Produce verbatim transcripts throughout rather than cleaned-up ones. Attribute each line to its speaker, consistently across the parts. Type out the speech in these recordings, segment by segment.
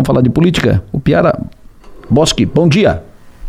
Speaker 1: Vamos falar de política. O Piara Boschi, bom dia.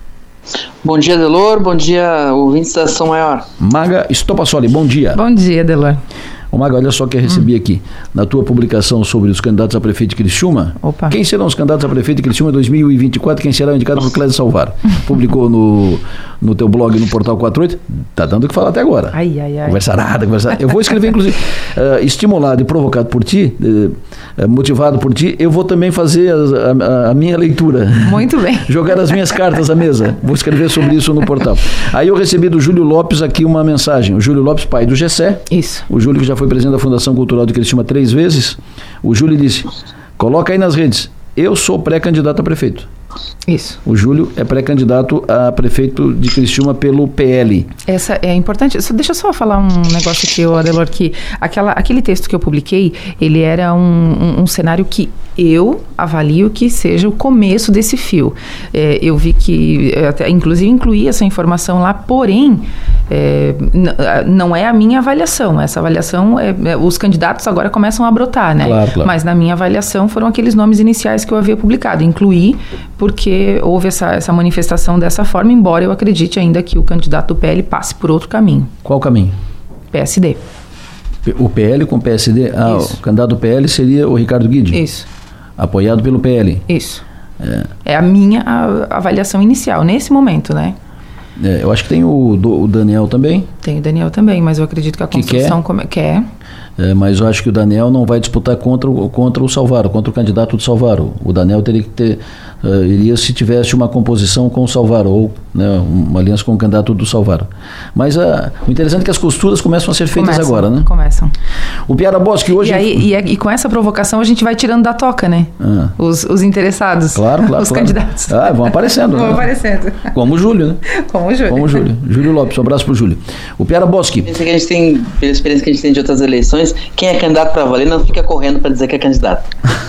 Speaker 2: Bom dia, Delor. Bom dia, ouvintes da Ação Maior.
Speaker 1: Maga Estopassoli, bom dia.
Speaker 3: Bom dia, Delor.
Speaker 1: Ô Maga, olha só que eu recebi hum. aqui, na tua publicação sobre os candidatos a prefeito de Criciúma.
Speaker 3: Opa.
Speaker 1: Quem serão os candidatos a prefeito de Criciúma em dois mil e vinte e quatro? Quem será indicado por Clésia Salvaro? Publicou no, no teu blog, no Portal quatro oito. Tá dando o que falar até agora.
Speaker 3: Ai, ai, ai.
Speaker 1: Conversarada, conversarada. Eu vou escrever, inclusive, uh, estimulado e provocado por ti, uh, motivado por ti, eu vou também fazer a, a, a minha leitura.
Speaker 3: Muito bem.
Speaker 1: Jogar as minhas cartas à mesa. Vou escrever sobre isso no portal. Aí eu recebi do Júlio Lopes aqui uma mensagem. O Júlio Lopes, pai do Gessé.
Speaker 3: Isso. O
Speaker 1: Júlio que já foi presidente da Fundação Cultural de Criciúma três vezes. O Júlio disse, coloca aí nas redes, eu sou pré-candidato a prefeito.
Speaker 3: Isso.
Speaker 1: O Júlio é pré-candidato a prefeito de Criciúma pelo P L.
Speaker 3: Essa é importante. Deixa eu só falar um negócio aqui, Adelor, que aquela, aquele texto que eu publiquei, ele era um, um, um cenário que eu avalio que seja o começo desse fio. É, eu vi que, até, inclusive, incluí essa informação lá, porém, é, n- não é a minha avaliação. Essa avaliação, é, é, os candidatos agora começam a brotar, né?
Speaker 1: Claro, claro.
Speaker 3: Mas na minha avaliação foram aqueles nomes iniciais que eu havia publicado. Incluí porque houve essa, essa manifestação dessa forma, embora eu acredite ainda que o candidato do P L passe por outro caminho.
Speaker 1: Qual caminho?
Speaker 3: P S D.
Speaker 1: O P L com o P S D? Ah,
Speaker 3: Isso.
Speaker 1: O candidato do P L seria o Ricardo Guidi?
Speaker 3: Isso.
Speaker 1: Apoiado pelo P L?
Speaker 3: Isso.
Speaker 1: É,
Speaker 3: é a minha a, avaliação inicial, nesse momento, né?
Speaker 1: É, eu acho que tem o, o Daniel também.
Speaker 3: Tem o Daniel também, mas eu acredito que a construção
Speaker 1: que quer.
Speaker 3: Come, quer.
Speaker 1: É, mas eu acho que o Daniel não vai disputar contra o, contra o Salvaro, contra o candidato do Salvaro. O Daniel teria que ter, uh, iria se tivesse uma composição com o Salvaro, ou né, uma aliança com o candidato do Salvaro. Mas uh, o interessante é que as costuras começam a ser feitas
Speaker 3: começam,
Speaker 1: agora, né?
Speaker 3: Começam.
Speaker 1: O Piara Boschi hoje...
Speaker 3: E, aí, e, e com essa provocação a gente vai tirando da toca, né? Ah. Os, os interessados.
Speaker 1: Claro, claro.
Speaker 3: Os
Speaker 1: claro.
Speaker 3: candidatos.
Speaker 1: Ah, vão aparecendo.
Speaker 3: Vão
Speaker 1: né?
Speaker 3: aparecendo.
Speaker 1: Como o Júlio, né?
Speaker 3: Como o Júlio.
Speaker 1: Como o Júlio. Júlio Lopes, um abraço pro Júlio. O Piara Boschi.
Speaker 2: Pensa que a gente tem, pela experiência que a gente tem de outras eleições, quem é candidato para valer não fica correndo para dizer que é candidato.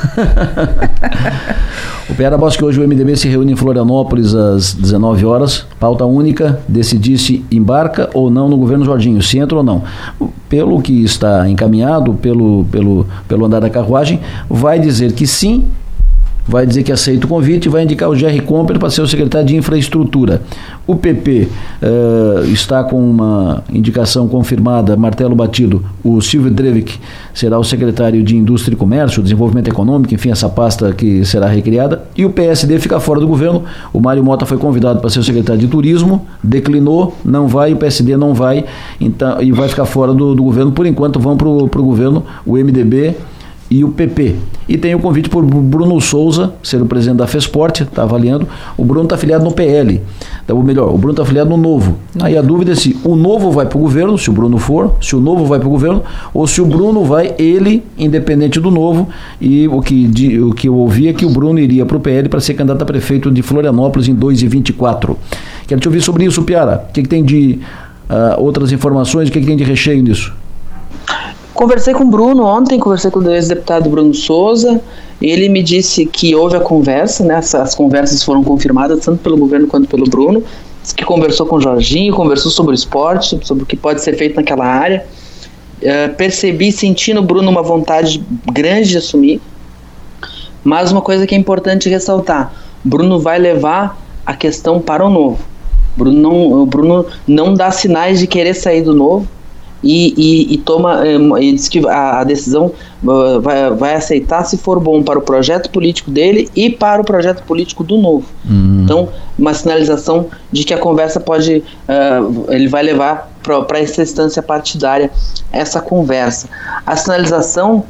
Speaker 1: O Piara Boschi, hoje o M D B se reúne em Florianópolis às dezenove horas, pauta única, decidir se embarca ou não no governo Jorginho, se entra ou não. Pelo que está encaminhado, pelo, pelo, pelo andar da carruagem, vai dizer que sim, vai dizer que aceita o convite e vai indicar o Jerry Comper para ser o secretário de Infraestrutura. O P P uh, está com uma indicação confirmada, martelo batido, o Silvio Drevik será o secretário de Indústria e Comércio, Desenvolvimento Econômico, enfim, essa pasta que será recriada, e o P S D fica fora do governo. O Mário Mota foi convidado para ser o secretário de Turismo, declinou, não vai, o P S D não vai, então, e vai ficar fora do, do governo. Por enquanto vão para o governo o M D B e o P P. E tem o convite por Bruno Souza, ser o presidente da FESPORT, está avaliando. O Bruno está afiliado no P L, ou melhor, o Bruno está afiliado no Novo. Não. Aí a dúvida é se o Novo vai para o governo, se o Bruno for, se o Novo vai para o governo, ou se o Bruno vai, ele, independente do Novo. E o que, de, o que eu ouvi é que o Bruno iria para o P L para ser candidato a prefeito de Florianópolis em dois mil e vinte e quatro. Quero te ouvir sobre isso, Piara. O que, que tem de uh, outras informações, o que, que tem de recheio nisso?
Speaker 2: Conversei com o Bruno ontem, conversei com o ex-deputado Bruno Souza. Ele me disse que houve a conversa, né? As conversas foram confirmadas tanto pelo governo quanto pelo Bruno, que conversou com o Jorginho, conversou sobre o esporte, sobre o que pode ser feito naquela área. Uh, percebi, senti no Bruno uma vontade grande de assumir, mas uma coisa que é importante ressaltar: Bruno vai levar a questão para o Novo. Bruno não, o Bruno não dá sinais de querer sair do Novo. E, e, e toma e diz que a, a decisão uh, vai, vai aceitar se for bom para o projeto político dele e para o projeto político do Novo. Uhum. Então, uma sinalização de que a conversa pode, uh, ele vai levar para essa instância partidária essa conversa. A sinalização,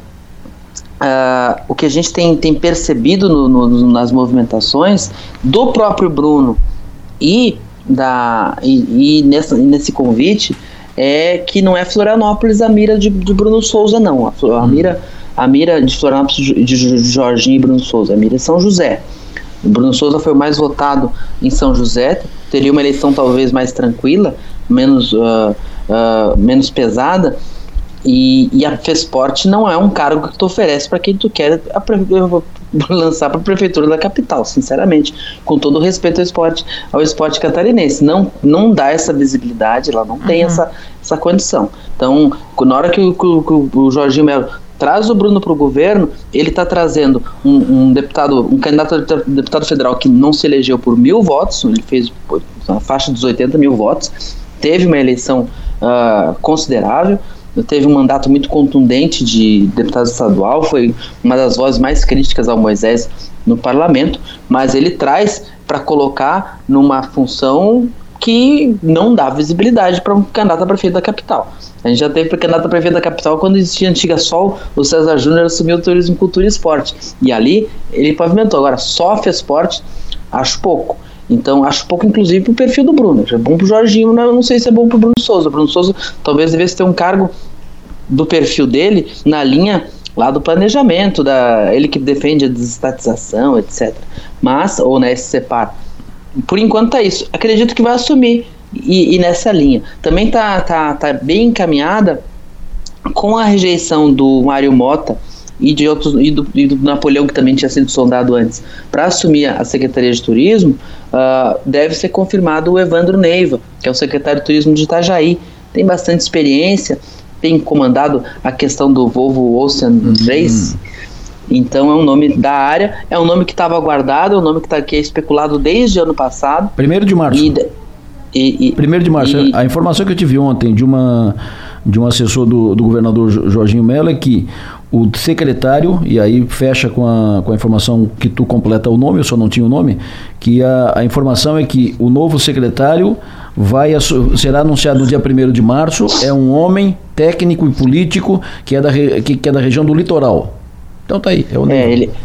Speaker 2: uh, o que a gente tem, tem percebido no, no, nas movimentações do próprio Bruno e, da, e, e nessa, nesse convite, é que não é Florianópolis a mira de, de Bruno Souza, não. A, a, mira, a mira de Florianópolis de, de Jorginho e Bruno Souza, a mira é São José. O Bruno Souza foi o mais votado em São José, teria uma eleição talvez mais tranquila, menos, uh, uh, menos pesada, e, e a FESPORT não é um cargo que tu oferece para quem tu quer a, lançar para a prefeitura da capital, sinceramente, com todo o respeito ao esporte, ao esporte catarinense. Não, não dá essa visibilidade, ela não tem uhum. essa, essa condição. Então, na hora que o, que o, que o Jorginho Melo traz o Bruno para o governo, ele está trazendo um, um deputado, um candidato a deputado federal que não se elegeu por mil votos, ele fez uma faixa dos oitenta mil votos, teve uma eleição uh, considerável, teve um mandato muito contundente de deputado estadual, foi uma das vozes mais críticas ao Moisés no parlamento, mas ele traz para colocar numa função que não dá visibilidade para um candidato a prefeito da capital. A gente já teve para candidato a prefeito da capital quando existia a antiga Sol, o César Júnior assumiu o Turismo, Cultura e Esporte. E ali ele pavimentou. Agora, só fez esporte, acho pouco. Então, acho pouco, inclusive, para o perfil do Bruno. É bom para o Jorginho, não, não sei se é bom para o Bruno Souza. O Bruno Souza talvez devesse ter um cargo do perfil dele na linha lá do planejamento, da, ele que defende a desestatização, etcétera. Mas, ou na S C P A R. Por enquanto é isso. Acredito que vai assumir e, e nessa linha. Também tá, tá, tá bem encaminhada com a rejeição do Mário Mota e, de outros, e, do, e do Napoleão, que também tinha sido sondado antes, para assumir a Secretaria de Turismo. Uh, deve ser confirmado o Evandro Neiva, que é o secretário de Turismo de Itajaí. Tem bastante experiência, tem comandado a questão do Volvo Ocean uhum. Race. Então é um nome da área, é um nome que estava aguardado, é um nome que, tá, que é especulado desde o ano passado.
Speaker 1: Primeiro de março.
Speaker 2: E, e, e,
Speaker 1: Primeiro de março. E, a informação que eu tive ontem de, uma, de um assessor do, do governador Jorginho Mello é que o secretário, e aí fecha com a, com a informação que tu completa o nome, eu só não tinha o nome, que a, a informação é que o novo secretário vai, será anunciado no dia primeiro de março, é um homem técnico e político que é da, que, que é da região do litoral. Então tá aí, é o Neiva. É, ele,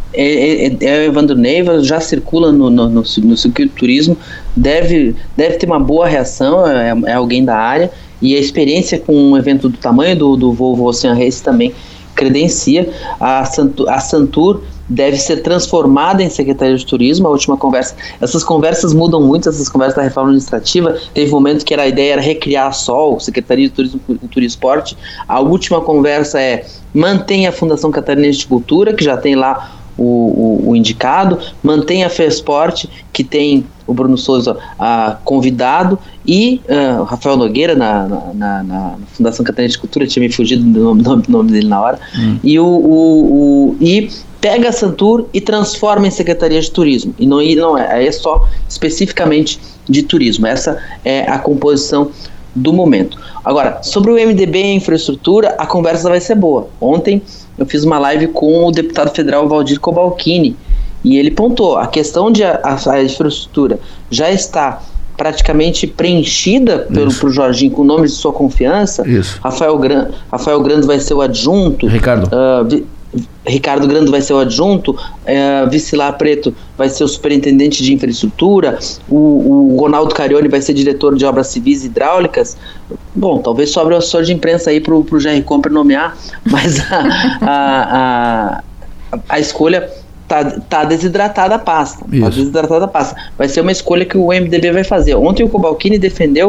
Speaker 2: é, é, é o Evandro Neiva, já circula no, no, no, no circuito do turismo, deve, deve ter uma boa reação, é, é alguém da área, e a experiência com um evento do tamanho do, do Volvo Ocean Race também credencia. A, Santu, a Santur deve ser transformada em Secretaria de Turismo. A última conversa, essas conversas mudam muito, essas conversas da reforma administrativa. Teve um momento que era, a ideia era recriar a Sol, Secretaria de Turismo, Cultura e Esporte. A última conversa é mantém a Fundação Catarinense de Cultura, que já tem lá o, o, o indicado, mantém a FESPORT, que tem o Bruno Souza a, convidado, e uh, o Rafael Nogueira na, na, na, na Fundação Catarinense de Cultura, tinha me fugido do nome, nome, nome dele na hora, hum. e, o, o, o, e pega a Santur e transforma em Secretaria de Turismo, e não, e não é, é só especificamente de turismo. Essa é a composição do momento. Agora, sobre o M D B e a infraestrutura, a conversa vai ser boa. Ontem eu fiz uma live com o deputado federal Valdir Cobalcini, e ele pontuou, a questão de a, a, a infraestrutura já está praticamente preenchida pelo pro Jorginho com nomes de sua confiança.
Speaker 1: Isso.
Speaker 2: Rafael, Gran, Rafael Grando vai ser o adjunto.
Speaker 1: Ricardo.
Speaker 2: Uh, vi, Ricardo Grando vai ser o adjunto, uh, Vicilar Preto vai ser o superintendente de infraestrutura, o, o Ronaldo Carione vai ser diretor de obras civis e hidráulicas. Bom, talvez sobre o assessor de imprensa aí pro, pro G R Comper nomear, mas a, a, a, a escolha tá, tá desidratada a pasta. Isso. Tá desidratada a pasta. Vai ser uma escolha que o M D B vai fazer. Ontem o Cobalcini defendeu.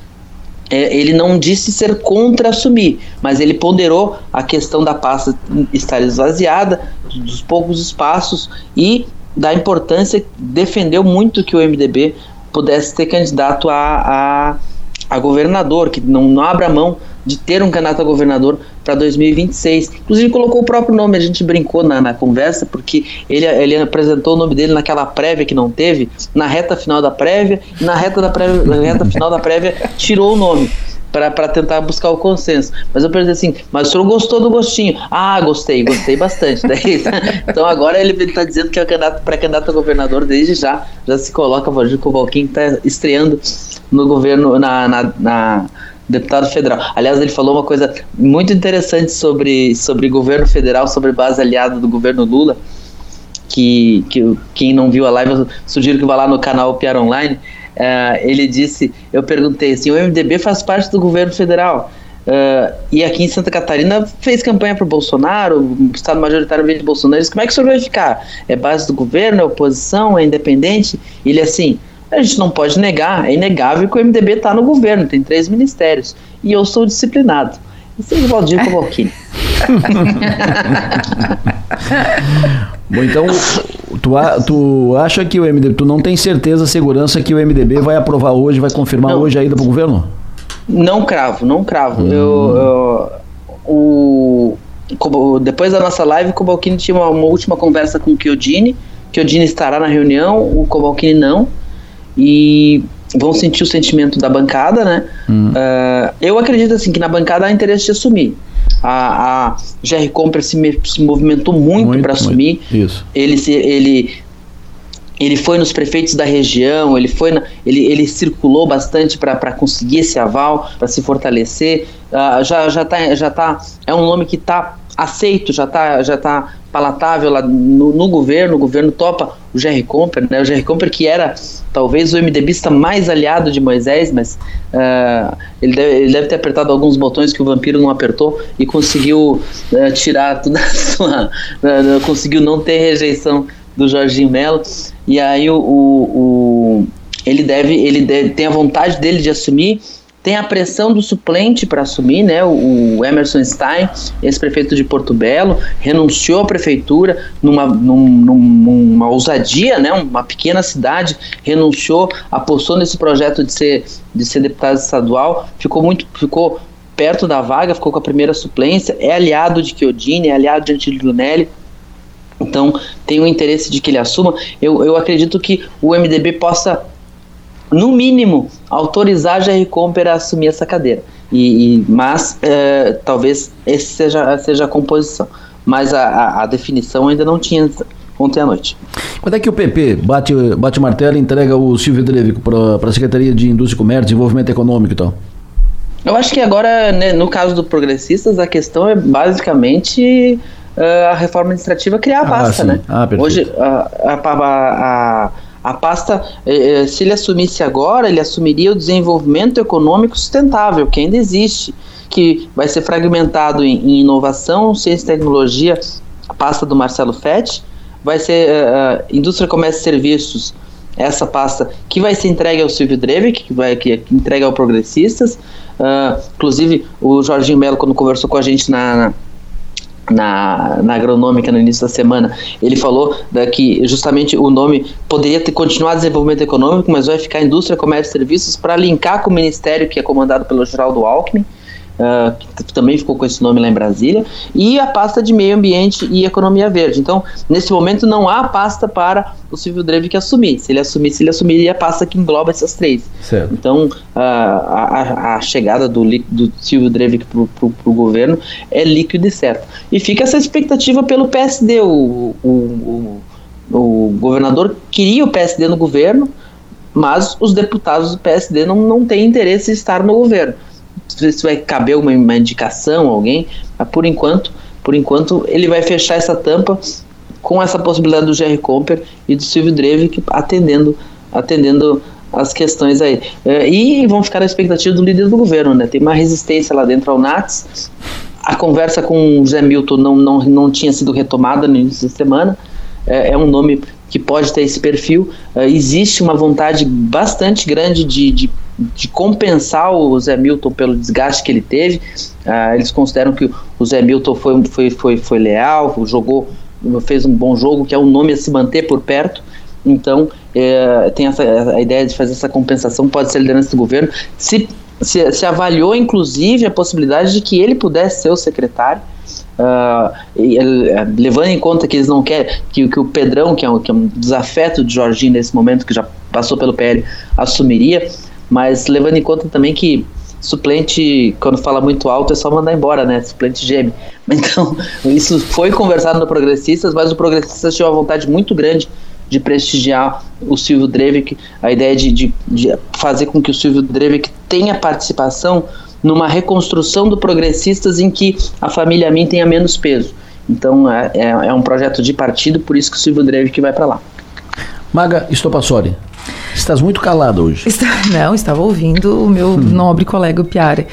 Speaker 2: É, ele não disse ser contra assumir, mas ele ponderou a questão da pasta estar esvaziada, dos poucos espaços, e da importância, defendeu muito que o M D B pudesse ter candidato a, a, a governador, que não, não abra mão de ter um candidato a governador para dois mil e vinte e seis. Inclusive colocou o próprio nome, a gente brincou na, na conversa, porque ele, ele apresentou o nome dele naquela prévia que não teve, na reta final da prévia, e na reta, da prévia, na reta final da prévia tirou o nome para tentar buscar o consenso. Mas eu pensei assim, mas o senhor gostou do gostinho? Ah, gostei, gostei bastante. Daí, então agora ele está dizendo que é candidato, pré-candidato a governador, desde já, já se coloca o Valdir Cobalcini, que está estreando no governo, na, na, na deputado federal. Aliás, ele falou uma coisa muito interessante sobre, sobre governo federal, sobre base aliada do governo Lula, que, que quem não viu a live, eu sugiro que vá lá no canal Piara Online. Uh, ele disse, eu perguntei assim, o M D B faz parte do governo federal, uh, e aqui em Santa Catarina fez campanha para o Bolsonaro, o estado majoritário veio de Bolsonaro. Ele disse, como é que o senhor vai ficar? É base do governo, é oposição, é independente? Ele assim, a gente não pode negar, é inegável que o M D B está no governo, tem três ministérios, e eu sou disciplinado. Isso é o Valdir Cobalcini.
Speaker 1: Bom, então, tu, tu acha que o M D B, tu não tem certeza, segurança que o M D B vai aprovar hoje, vai confirmar não, hoje a ida para o governo?
Speaker 2: Não cravo, não cravo. Hum. Eu, eu, o, depois da nossa live, o Cobalcini tinha uma, uma última conversa com o Chiodini. Chiodini estará na reunião, o Cobalcini não, e vão sentir o sentimento da bancada, né? Hum. Uh, eu acredito assim que na bancada há interesse de assumir. A, a G R Comper se, me, se movimentou muito, muito para assumir.
Speaker 1: Isso.
Speaker 2: Ele, se, ele, ele foi nos prefeitos da região, ele, foi na, ele, ele circulou bastante para conseguir esse aval, para se fortalecer. Uh, já, já, tá, já tá, é um nome que está aceito, já está já tá palatável lá no, no governo. O governo topa o G R Comper, né? O G R Comper que era talvez o MDBista mais aliado de Moisés, mas uh, ele, deve, ele deve ter apertado alguns botões que o Vampiro não apertou e conseguiu uh, tirar toda a sua, uh, conseguiu não ter rejeição do Jorginho Melo. E aí o, o, o, ele deve, ele deve, tem a vontade dele de assumir. Tem a pressão do suplente para assumir, né? O, o Emerson Stein, ex-prefeito de Porto Belo, renunciou à prefeitura numa, num, numa ousadia, né? Uma pequena cidade, renunciou, apostou nesse projeto de ser, de ser deputado estadual, ficou muito, ficou perto da vaga, ficou com a primeira suplência, é aliado de Chiodini, é aliado de Antílio Lunelli. Então tem o interesse de que ele assuma. Eu, eu acredito que o M D B possa, no mínimo, autorizar a G R Comper a assumir essa cadeira. E, e, mas, é, talvez esse seja, seja a composição. Mas a, a, a definição ainda não tinha ontem à noite.
Speaker 1: Quando é que o P P bate, bate o martelo e entrega o Silvio Drevico para a Secretaria de Indústria e Comércio, Desenvolvimento Econômico e tal?
Speaker 2: Eu acho que agora, né, no caso do Progressistas, a questão é basicamente uh, a reforma administrativa criar a pasta, ah, né?
Speaker 1: Ah,
Speaker 2: Hoje, a, a, a, a A pasta, eh, se ele assumisse agora, ele assumiria o desenvolvimento econômico sustentável, que ainda existe, que vai ser fragmentado em, em inovação, ciência e tecnologia, a pasta do Marcelo Fetti, vai ser uh, indústria, comércio e serviços, essa pasta que vai ser entregue ao Silvio Drevic, que vai que, que entrega ao Progressistas. Uh, inclusive, o Jorginho Melo, quando conversou com a gente na... na Na, na agronômica no início da semana, ele falou da, que justamente o nome poderia ter continuado desenvolvimento econômico, mas vai ficar indústria, comércio e serviços para linkar com o ministério que é comandado pelo Geraldo Alckmin, uh, que também ficou com esse nome lá em Brasília, e a pasta de meio ambiente e economia verde. Então, nesse momento não há pasta para o Silvio Drevic assumir. Se ele assumisse, ele assumiria a pasta que engloba essas três.
Speaker 1: Certo.
Speaker 2: Então, uh, a, a chegada do, do Silvio Drevic para o governo é líquido e certo. E fica essa expectativa pelo P S D. O, o, o, o governador queria o P S D no governo, mas os deputados do P S D não, não têm interesse em estar no governo. Se vai caber uma, uma indicação a alguém, mas por enquanto, por enquanto ele vai fechar essa tampa com essa possibilidade do G R Comper e do Silvio Drevic atendendo, atendendo as questões aí. É, e vão ficar na expectativa do líder do governo, né? Tem uma resistência lá dentro ao Nats. A conversa com o Zé Milton não, não, não tinha sido retomada no início da semana. É, é um nome que pode ter esse perfil. É, existe uma vontade bastante grande de, de, de compensar o Zé Milton pelo desgaste que ele teve. É, eles consideram que o Zé Milton foi, foi, foi, foi leal, jogou, fez um bom jogo, que é um nome a se manter por perto. Então, é, tem essa, a ideia de fazer essa compensação, pode ser a liderança do governo. Se, se, se avaliou, inclusive, a possibilidade de que ele pudesse ser o secretário, uh, e, levando em conta que eles não querem, que, que o Pedrão, que é, um, que é um desafeto de Jorginho nesse momento, que já passou pelo P L, assumiria, mas levando em conta também que suplente, quando fala muito alto, é só mandar embora, né? Suplente geme. Então, isso foi conversado no Progressistas, mas o Progressistas tinha uma vontade muito grande de prestigiar o Silvio Drevic, a ideia de, de, de fazer com que o Silvio Drevic tenha participação numa reconstrução do Progressistas em que a família Min tenha menos peso. Então é, é, é um projeto de partido, por isso que o Silvio Drevic vai para lá.
Speaker 1: Maga Estopassori, estás muito calada hoje.
Speaker 3: Está, não, estava ouvindo o meu hum. nobre colega Piara.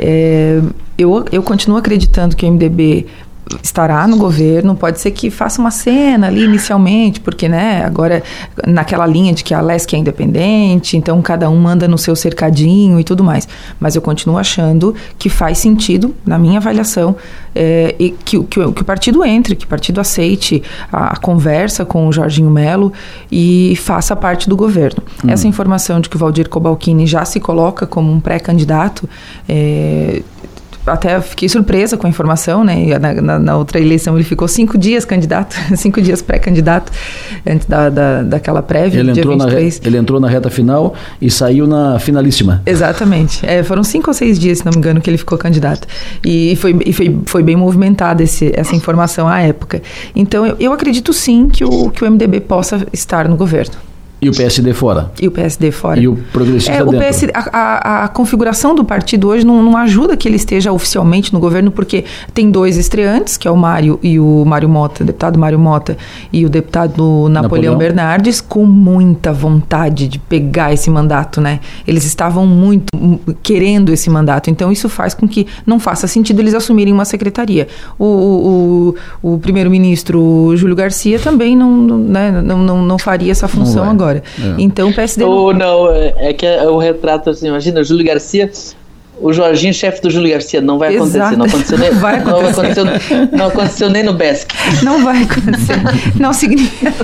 Speaker 3: É, eu, eu continuo acreditando que o M D B estará no governo, pode ser que faça uma cena ali inicialmente, porque, né, agora naquela linha de que a Lesc é independente, então cada um manda no seu cercadinho e tudo mais, mas eu continuo achando que faz sentido, na minha avaliação, é, e que, que, que o partido entre, que o partido aceite a, a conversa com o Jorginho Melo e faça parte do governo. Hum. Essa informação de que o Valdir Cobalcini já se coloca como um pré-candidato, é, até fiquei surpresa com a informação, né? Na, na, na outra eleição ele ficou cinco dias candidato, cinco dias pré-candidato, antes da, da, daquela prévia,
Speaker 1: ele
Speaker 3: dia
Speaker 1: entrou
Speaker 3: vinte e três.
Speaker 1: Na, ele entrou na reta final e saiu na finalíssima.
Speaker 3: Exatamente. É, foram cinco ou seis dias, se não me engano, que ele ficou candidato. E foi, e foi, foi bem movimentada esse, essa informação à época. Então, eu, eu acredito sim que o, que o M D B possa estar no governo.
Speaker 1: E o P S D fora.
Speaker 3: E o P S D fora.
Speaker 1: E o progressista
Speaker 3: é, o
Speaker 1: dentro.
Speaker 3: P S D, a, a, a configuração do partido hoje não, não ajuda que ele esteja oficialmente no governo, porque tem dois estreantes, que é o Mário e o Mário Mota, o deputado Mário Mota e o deputado Napoleão, Napoleão Bernardes, com muita vontade de pegar esse mandato, né? Eles estavam muito querendo esse mandato, então isso faz com que não faça sentido eles assumirem uma secretaria. O, o, o primeiro-ministro Júlio Garcia também não, não, né, não, não, não faria essa função agora. É. Então o P S D...
Speaker 2: Ou não, é, é que é o retrato assim, imagina, o Júlio Garcia, o Jorginho, chefe do Júlio Garcia, não vai acontecer.
Speaker 3: Exato.
Speaker 2: Não aconteceu nem,
Speaker 3: vai acontecer.
Speaker 2: Não, aconteceu, não aconteceu nem no B E S C.
Speaker 3: Não vai acontecer. Não significa...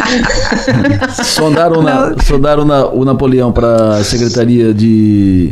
Speaker 1: Sondaram, na, sondaram na, o Napoleão para a Secretaria de...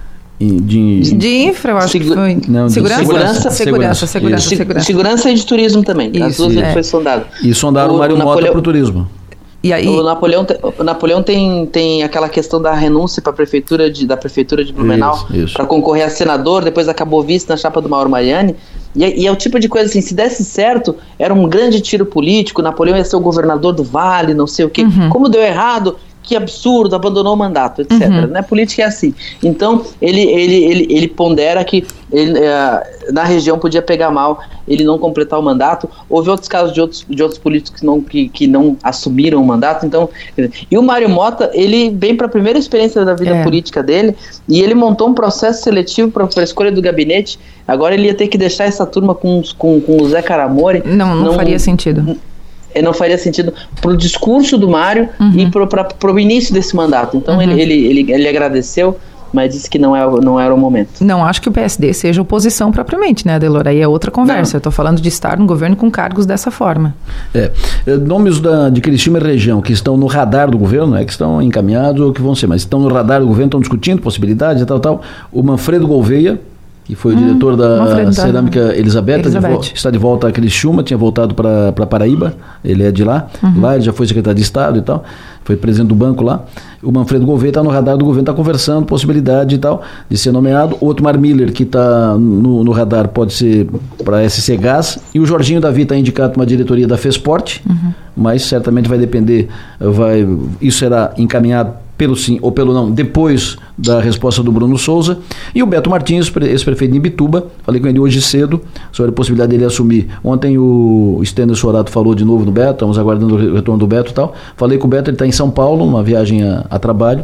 Speaker 1: De,
Speaker 3: de infra, eu acho Segu... que foi.
Speaker 1: Não,
Speaker 3: segurança?
Speaker 2: Segurança,
Speaker 3: segurança, segurança, segurança, segurança.
Speaker 2: Segurança e de turismo também.
Speaker 3: Isso,
Speaker 2: as duas
Speaker 3: é.
Speaker 2: foi sondado.
Speaker 1: E sondaram o, o Mário Napoleão... Mota para o turismo.
Speaker 3: E aí...
Speaker 2: O Napoleão, o Napoleão tem, tem aquela questão da renúncia para a prefeitura de, da prefeitura de Blumenau para concorrer a senador, depois acabou vice na chapa do Mauro Maiani. E, e é o tipo de coisa assim, se desse certo, era um grande tiro político, Napoleão ia ser o governador do Vale, não sei o quê. Uhum. Como deu errado, que absurdo, abandonou o mandato, etcétera. Uhum. Né? Política é assim. Então, ele, ele, ele, ele pondera que ele, uh, na região podia pegar mal ele não completar o mandato. Houve outros casos de outros, de outros políticos que não, que, que não assumiram o mandato. Então, e o Mário Mota, ele vem para a primeira experiência da vida é. política dele e ele montou um processo seletivo para a escolha do gabinete. Agora ele ia ter que deixar essa turma com, com, com o Zé Caramori.
Speaker 3: Não, não, não faria sentido.
Speaker 2: Não faria sentido para o discurso do Mário uhum. e para o início desse mandato. Então uhum. ele, ele, ele, ele agradeceu, mas disse que não, é, não era o momento.
Speaker 3: Não acho que o P S D seja oposição propriamente, né, Adelor? Aí é outra conversa. Não. Eu estou falando de estar no governo com cargos dessa forma. É.
Speaker 1: Nomes da, de Criciúma e região que estão no radar do governo, não é que estão encaminhados ou que vão ser, mas estão no radar do governo, estão discutindo possibilidades e tal, tal. O Manfredo Gouveia, que foi o hum, diretor da Cerâmica Elizabeth,
Speaker 3: Elizabeth.
Speaker 1: De, está de volta a Criciúma, tinha voltado para Paraíba, ele é de lá, uhum. lá ele já foi secretário de Estado e tal, foi presidente do banco lá. O Manfredo Gouveia está no radar do governo, está conversando, possibilidade e tal, de ser nomeado. O Otmar Miller, que está no, no radar, pode ser para S C Gás, e o Jorginho Davi está indicado para uma diretoria da Fesport, uhum. mas certamente vai depender, vai, isso será encaminhado pelo sim ou pelo não, depois da resposta do Bruno Souza. E o Beto Martins, ex-prefeito de Imbituba, falei com ele hoje cedo sobre a possibilidade dele assumir. Ontem o Stênio Sorato falou de novo no Beto, estamos aguardando o retorno do Beto e tal. Falei com o Beto, ele está em São Paulo, numa viagem a, a trabalho,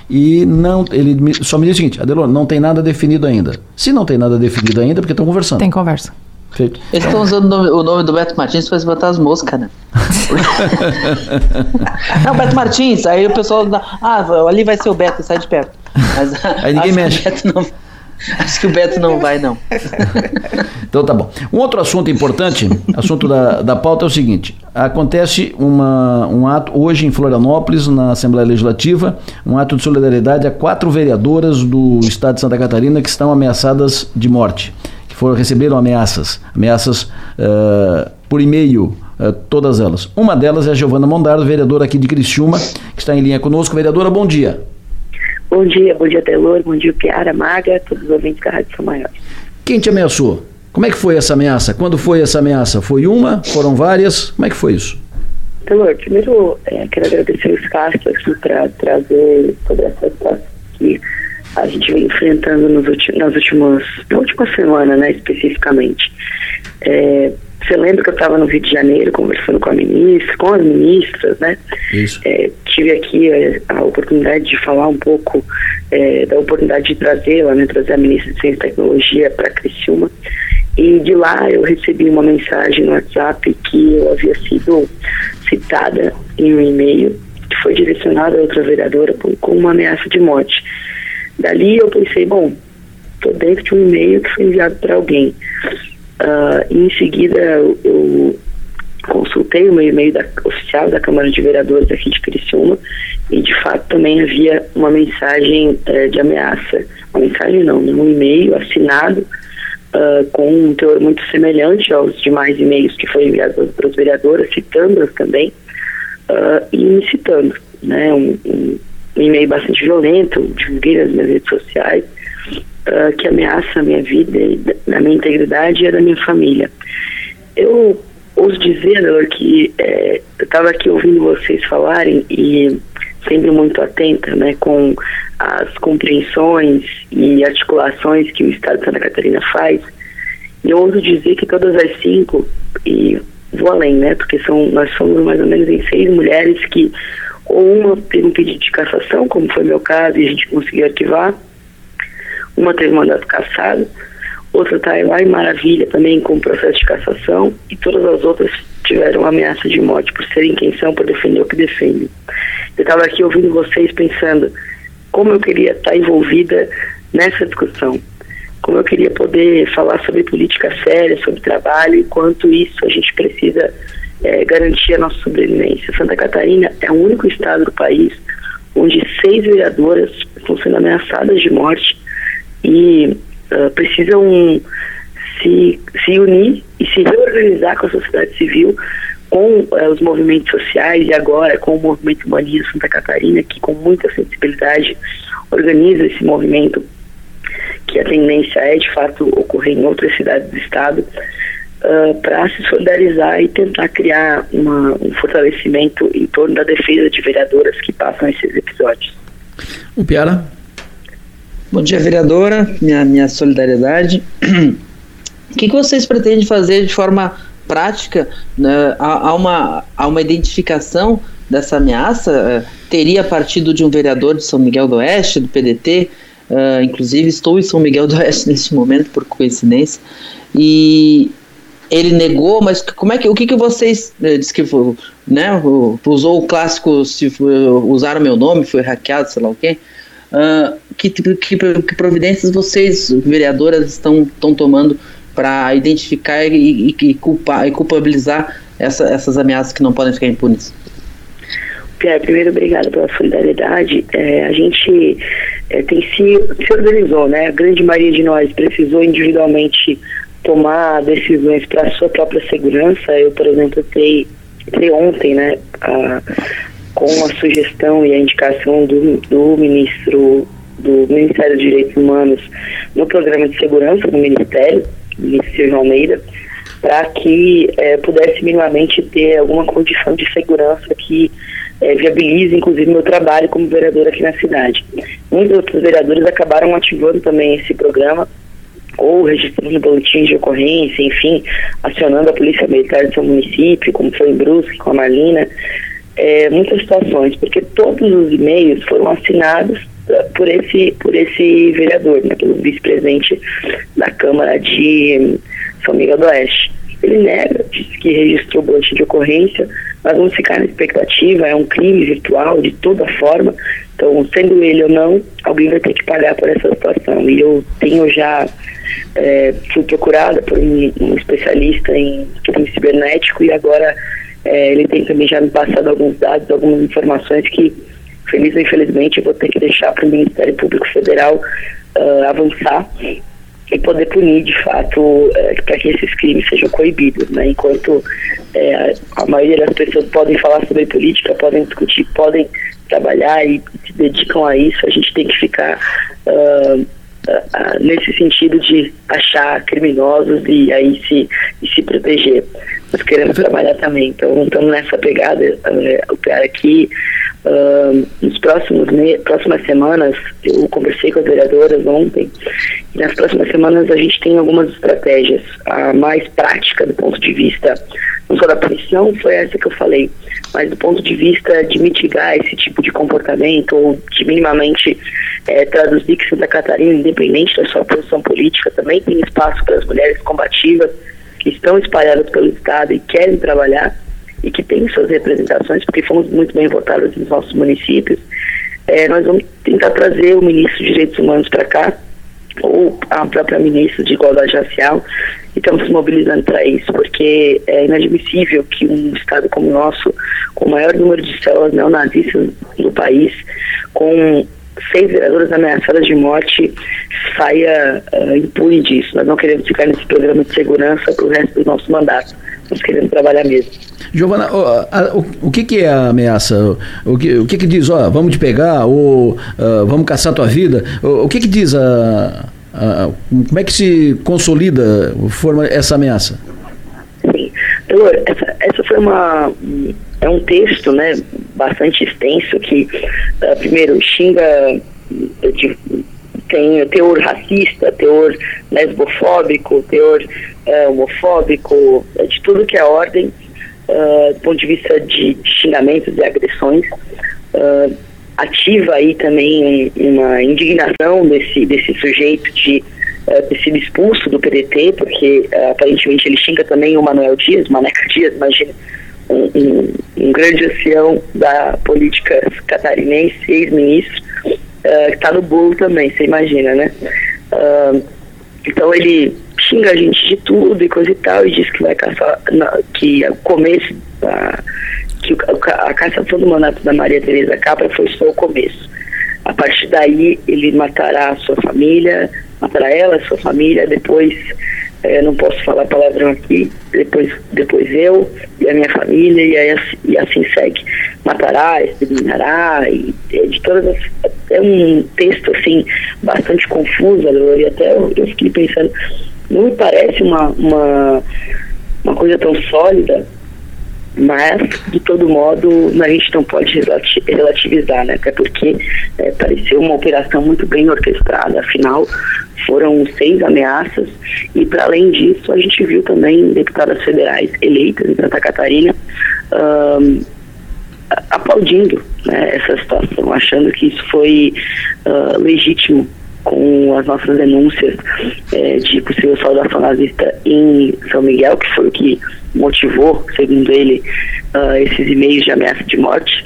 Speaker 1: e não, ele me, só me disse o seguinte: Adelor, não tem nada definido ainda. Se não tem nada definido ainda, é porque estão conversando.
Speaker 3: Tem conversa.
Speaker 1: Feito.
Speaker 2: Eles estão usando o nome, o nome do Beto Martins para espantar as moscas, né? Não, Beto Martins, aí o pessoal dá, ah, ali vai ser o Beto, sai de perto. Mas,
Speaker 1: aí ninguém mexe.
Speaker 2: Não, acho que o Beto não vai, não.
Speaker 1: Então tá bom. Um outro assunto importante, assunto da, da pauta é o seguinte: acontece uma, um ato hoje em Florianópolis, na Assembleia Legislativa, um ato de solidariedade a quatro vereadoras do estado de Santa Catarina que estão ameaçadas de morte. Foram, receberam ameaças, ameaças uh, por e-mail, uh, todas elas. Uma delas é a Giovana Mondardo, vereadora aqui de Criciúma, que está em linha conosco. Vereadora, bom dia.
Speaker 4: Bom dia, bom dia, Adelor, bom dia, Piara, Maga, todos os ouvintes da Rádio São Maior.
Speaker 1: Quem te ameaçou? Como é que foi essa ameaça? Quando foi essa ameaça? Foi uma? Foram várias? Como é que foi isso?
Speaker 4: Adelor, primeiro é, quero agradecer o espaço aqui para trazer sobre essa situação que a gente vem enfrentando nos ulti- nas últimas, na última semana, né, especificamente. É, você lembra que eu estava no Rio de Janeiro conversando com a ministra, com as ministras, né?
Speaker 1: Isso.
Speaker 4: É, tive aqui a, a oportunidade de falar um pouco é, da oportunidade de trazê-la, né, trazer a ministra de Ciência e Tecnologia para Criciúma. E de lá eu recebi uma mensagem no WhatsApp que eu havia sido citada em um e-mail que foi direcionado a outra vereadora com, com uma ameaça de morte. Dali eu pensei, bom, estou dentro de um e-mail que foi enviado para alguém. Uh, e em seguida eu, eu consultei o meu e-mail da, oficial da Câmara de Vereadores aqui de Criciúma e de fato também havia uma mensagem uh, de ameaça. Uma mensagem não, um e-mail assinado uh, com um teor muito semelhante aos demais e-mails que foram enviados para as vereadoras, citando-as também, uh, e me citando, né, um, um, um e-mail bastante violento, divulguei nas minhas redes sociais, uh, que ameaça a minha vida, a minha integridade e a da minha família. Eu ouso dizer, Adelor, que é, eu estava aqui ouvindo vocês falarem e sempre muito atenta, né, com as compreensões e articulações que o Estado de Santa Catarina faz. E eu ouso dizer que todas as cinco, e vou além, né, porque são, nós somos mais ou menos em seis mulheres que ou uma teve um pedido de cassação, como foi meu caso, e a gente conseguiu arquivar, uma teve mandato cassado, outra está lá em Maravilha também com processo de cassação, e todas as outras tiveram ameaça de morte por serem quem são, por defender o que defendem. Eu estava aqui ouvindo vocês pensando como eu queria estar envolvida nessa discussão, como eu queria poder falar sobre política séria, sobre trabalho, e quanto isso a gente precisa é, garantir a nossa sobrevivência. Santa Catarina é o único estado do país onde seis vereadoras estão sendo ameaçadas de morte e uh, precisam se, se unir e se reorganizar com a sociedade civil, com uh, os movimentos sociais, e agora com o Movimento Humaniza Santa Catarina, que com muita sensibilidade organiza esse movimento, que a tendência é de fato ocorrer em outras cidades do estado, uh, para se solidarizar e tentar criar uma, um fortalecimento em torno da defesa de vereadoras que passam esses episódios.
Speaker 1: O Piara?
Speaker 2: Bom dia, vereadora, minha, minha solidariedade. O que, que vocês pretendem fazer de forma prática, né? há, há, uma, há uma identificação dessa ameaça? Teria partido de um vereador de São Miguel do Oeste, do P D T, uh, inclusive estou em São Miguel do Oeste neste momento, por coincidência, e ele negou, mas como é que, o que, que vocês, diz que né, usou o clássico, se foi, usaram meu nome, foi hackeado, sei lá o quê, uh, que, que, que providências vocês, vereadoras, estão, estão tomando para identificar e, e, e, culpar, e culpabilizar essa, essas ameaças que não podem ficar impunes?
Speaker 4: Pierre, primeiro, obrigado pela solidariedade. É, a gente é, tem se, se organizou, né? A grande maioria de nós precisou individualmente tomar decisões para a sua própria segurança. Eu, por exemplo, entrei, entrei ontem, né, a, com a sugestão e a indicação do, do ministro do Ministério dos Direitos Humanos no programa de segurança do Ministério, ministro Silvio Almeida, para que é, pudesse minimamente ter alguma condição de segurança que é, viabilize, inclusive, meu trabalho como vereadora aqui na cidade. Muitos outros vereadores acabaram ativando também esse programa, ou registrando boletins de ocorrência, enfim, acionando a Polícia Militar do seu município, como foi em Brusque, com a Marlina, é, muitas situações, porque todos os e-mails foram assinados por esse, por esse vereador, né, pelo vice-presidente da Câmara de São Miguel do Oeste. Ele nega, diz que registrou o boletim de ocorrência, mas vamos ficar na expectativa, é um crime virtual de toda forma, então, sendo ele ou não, alguém vai ter que pagar por essa situação. E eu tenho já, é, fui procurada por um, um especialista em crime cibernético, e agora é, ele tem também já me passado alguns dados, algumas informações que, feliz ou infelizmente, eu vou ter que deixar para o Ministério Público Federal uh, avançar e poder punir, de fato, uh, para que esses crimes sejam coibidos, né? Enquanto uh, a maioria das pessoas podem falar sobre política, podem discutir, podem trabalhar e se dedicam a isso, a gente tem que ficar uh, uh, uh, nesse sentido de achar criminosos e aí se, e se proteger. Nós queremos trabalhar também, então estamos nessa pegada. Uh, o P R aqui, uh, nos próximos me- próximas semanas, eu conversei com as vereadoras ontem, e nas próximas semanas a gente tem algumas estratégias. A mais prática do ponto de vista não só da punição foi essa que eu falei, mas do ponto de vista de mitigar esse tipo de comportamento, ou de minimamente é, traduzir que Santa Catarina, independente da sua posição política, também tem espaço para as mulheres combativas que estão espalhadas pelo Estado e querem trabalhar e que têm suas representações, porque fomos muito bem votados nos nossos municípios. É, nós vamos tentar trazer o ministro de Direitos Humanos para cá, ou a própria ministra de Igualdade Racial, e estamos nos mobilizando para isso, porque é inadmissível que um estado como o nosso, com o maior número de células neonazistas do país, com seis vereadoras ameaçadas de morte, saia uh, impune disso. Nós não queremos ficar nesse programa de segurança para o resto do nosso mandato. Nós queremos trabalhar mesmo.
Speaker 1: Giovana, o, a, o, o que, que é a ameaça? O que, o que, que diz, ó, vamos te pegar, ou uh, vamos caçar tua vida? O, o que, que diz a, a. Como é que se consolida, forma essa ameaça?
Speaker 4: Sim. Delor, essa, essa foi uma. É um texto, né, bastante extenso que, uh, primeiro, xinga. De, tem teor racista, teor lesbofóbico, teor uh, homofóbico, de tudo que é ordem. Uh, do ponto de vista de, de xingamentos e agressões, uh, ativa aí também uma indignação desse, desse sujeito de uh, ter sido expulso do P D T, porque uh, aparentemente ele xinga também o Manuel Dias, Maneca Dias, imagina, um, um, um grande ancião da política catarinense, ex-ministro, uh, que está no bolo também, você imagina, né? Uh, então ele xinga a gente de tudo e coisa e tal, e diz que vai caçar, na, que o começo da, que o, a cassação do mandato da Maria Tereza Capra foi só o começo. A partir daí ele matará a sua família, matará ela, a sua família, depois, eh, não posso falar palavrão aqui, depois, depois eu e a minha família, e, aí, e assim segue. Matará, exterminará, e, e de todas as, é um texto assim bastante confuso, e até eu, eu fiquei pensando, não me parece uma, uma, uma coisa tão sólida, mas de todo modo a gente não pode relativizar, né? Até porque é, pareceu uma operação muito bem orquestrada, afinal foram seis ameaças, e para além disso a gente viu também deputadas federais eleitas em Santa Catarina um, aplaudindo, né, essa situação, achando que isso foi uh, legítimo, com as nossas denúncias é, de possível saudação nazista em São Miguel, que foi o que motivou, segundo ele, uh, esses e-mails de ameaça de morte.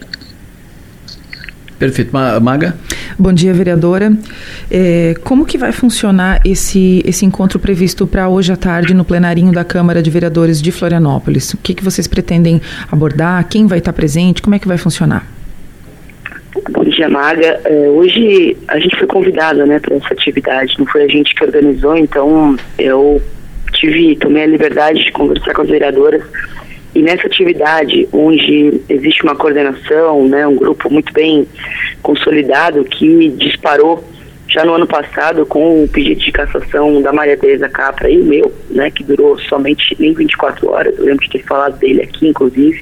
Speaker 1: Perfeito. Maga?
Speaker 3: Bom dia, vereadora. É, como que vai funcionar esse, esse encontro previsto para hoje à tarde no plenarinho da Câmara de Vereadores de Florianópolis? O que, que vocês pretendem abordar? Quem vai estar presente? Como é que vai funcionar?
Speaker 4: Bom dia, Maga. É, hoje a gente foi convidada, né, para essa atividade, não foi a gente que organizou, então eu tive, tomei a liberdade de conversar com as vereadoras, e nessa atividade, onde existe uma coordenação, né, um grupo muito bem consolidado que disparou já no ano passado com o pedido de cassação da Maria Tereza Capra e o meu, né, que durou somente nem vinte e quatro horas, eu lembro de ter falado dele aqui, inclusive.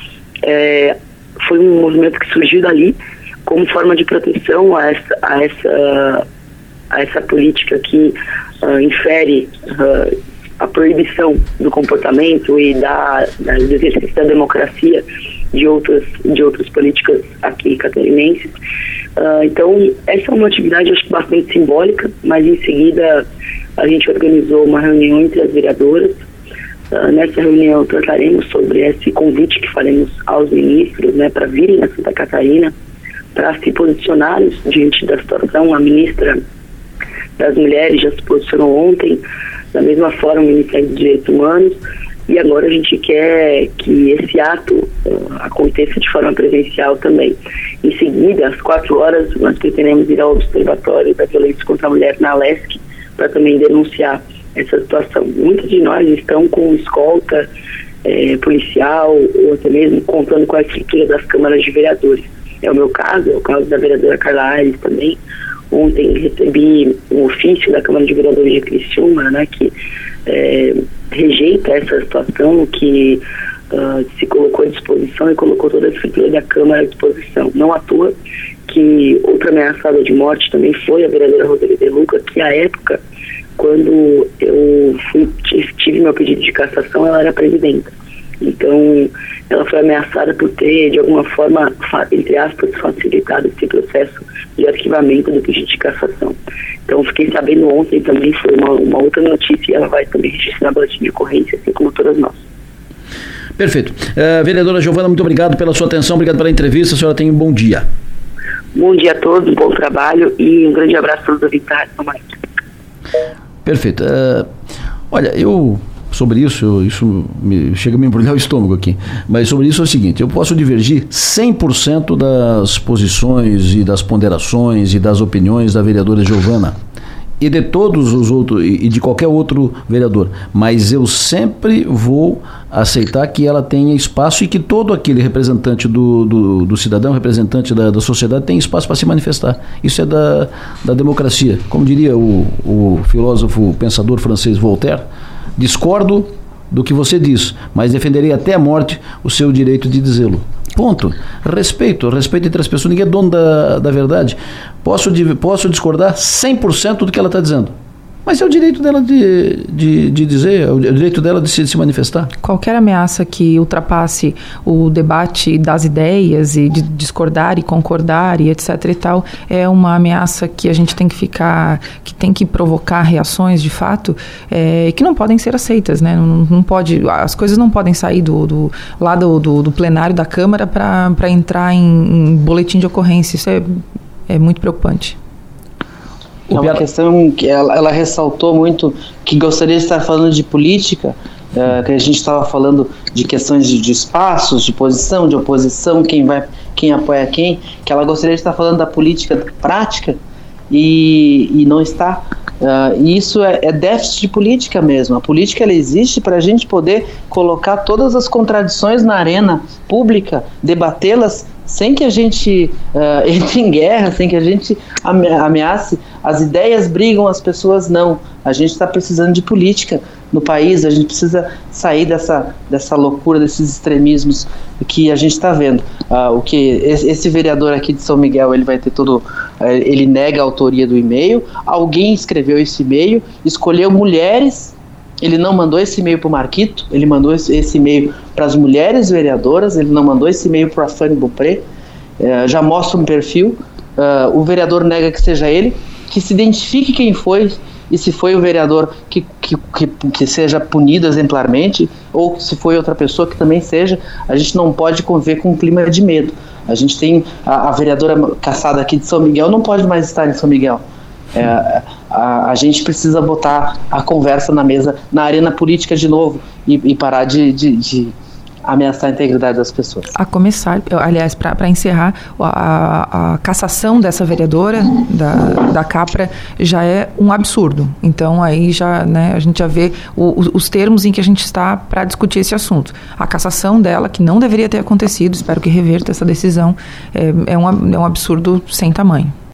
Speaker 4: É, foi um movimento que surgiu dali como forma de proteção a essa, a essa, a essa política que uh, infere uh, a proibição do comportamento e da, da, do exercício da democracia de outras, de outras políticas aqui catarinenses. Uh, então, essa é uma atividade, acho que bastante simbólica, mas em seguida a gente organizou uma reunião entre as vereadoras. Uh, nessa reunião trataremos sobre esse convite que faremos aos ministros, né, para virem a Santa Catarina, para se posicionarem diante da situação. A ministra das Mulheres já se posicionou ontem, da mesma forma o Ministério dos Direitos Humanos, e agora a gente quer que esse ato uh, aconteça de forma presencial também. Em seguida, às quatro horas, nós pretendemos ir ao Observatório da Violência contra a Mulher na Lesc, para também denunciar essa situação. Muitos de nós estão com escolta eh, policial, ou até mesmo contando com a estrutura das câmaras de vereadores. É o meu caso, é o caso da vereadora Carla Aires também. Ontem recebi um ofício da Câmara de Vereadores de Criciúma, né, que é, rejeita essa situação, que uh, se colocou à disposição e colocou toda a estrutura da Câmara à disposição. Não à toa que outra ameaçada de morte também foi a vereadora Rodrigo De Luca, que à época, quando eu fui, tive meu pedido de cassação, ela era presidenta. Então, ela foi ameaçada por ter, de alguma forma, entre aspas, facilitado esse processo de arquivamento do pedido de cassação. Então, fiquei sabendo ontem também, foi uma, uma outra notícia, e ela vai também registrar boletim de ocorrência, assim como todas nós.
Speaker 1: Perfeito. Uh, vereadora Giovana, muito obrigado pela sua atenção, obrigado pela entrevista, a senhora tem um bom dia.
Speaker 4: Bom dia a todos, bom trabalho e um grande abraço a todos os ouvintes.
Speaker 1: Perfeito. Uh, olha, eu... Sobre isso, isso me, chega a me embrulhar o estômago aqui, mas sobre isso é o seguinte: eu posso divergir cem por cento das posições e das ponderações e das opiniões da vereadora Giovana, e de todos os outros, e de qualquer outro vereador, mas eu sempre vou aceitar que ela tenha espaço e que todo aquele representante do, do, do cidadão, representante da, da sociedade, tem espaço para se manifestar. Isso é da, da democracia. Como diria o, o filósofo pensador francês Voltaire, discordo do que você diz, mas defenderei até a morte o seu direito de dizê-lo. Ponto. Respeito, respeito entre as pessoas. Ninguém é dono da, da verdade. Posso, posso discordar cem por cento do que ela está dizendo, mas é o direito dela de, de, de dizer, é o direito dela de se, de se manifestar.
Speaker 3: Qualquer ameaça que ultrapasse o debate das ideias e de discordar e concordar e etc e tal, é uma ameaça que a gente tem que ficar, que tem que provocar reações de fato, é, que não podem ser aceitas, né? Não, não pode, as coisas não podem sair do, do, lá do, do, do plenário da Câmara para entrar em, em boletim de ocorrência. Isso é, é muito preocupante.
Speaker 2: É uma questão que ela, ela ressaltou muito, que gostaria de estar falando de política, uh, que a gente estava falando de questões de, de espaços, de posição, de oposição, quem vai, quem apoia quem, que ela gostaria de estar falando da política prática e, e não está. Uh, e isso é, é déficit de política mesmo. A política, ela existe para a gente poder colocar todas as contradições na arena pública, debatê-las sem que a gente uh, entre em guerra, sem que a gente ameace. As ideias brigam, as pessoas não. A gente está precisando de política no país, a gente precisa sair dessa, dessa loucura, desses extremismos que a gente está vendo. Uh, o que esse vereador aqui de São Miguel, ele vai ter todo, uh, ele nega a autoria do e-mail, alguém escreveu esse e-mail, escolheu mulheres. Ele não mandou esse e-mail para o Marquito, ele mandou esse, esse e-mail para as mulheres vereadoras, ele não mandou esse e-mail para a Fanny Beaupré, uh, já mostra um perfil, uh, o vereador nega que seja ele, que se identifique quem foi, e se foi o vereador que, que, que, que seja punido exemplarmente, ou se foi outra pessoa que também seja. A gente não pode conviver com um clima de medo. A gente tem a, a vereadora caçada aqui de São Miguel, não pode mais estar em São Miguel. É, a, a gente precisa botar a conversa na mesa, na arena política de novo, e, e parar de, de, de ameaçar a integridade das pessoas.
Speaker 3: A começar, aliás, para encerrar, a, a, a cassação dessa vereadora da, da Capra já é um absurdo. Então aí já, né, a gente já vê o, os termos em que a gente está para discutir esse assunto. A cassação dela, que não deveria ter acontecido, espero que reverta essa decisão, é, é, um, é um absurdo sem tamanho.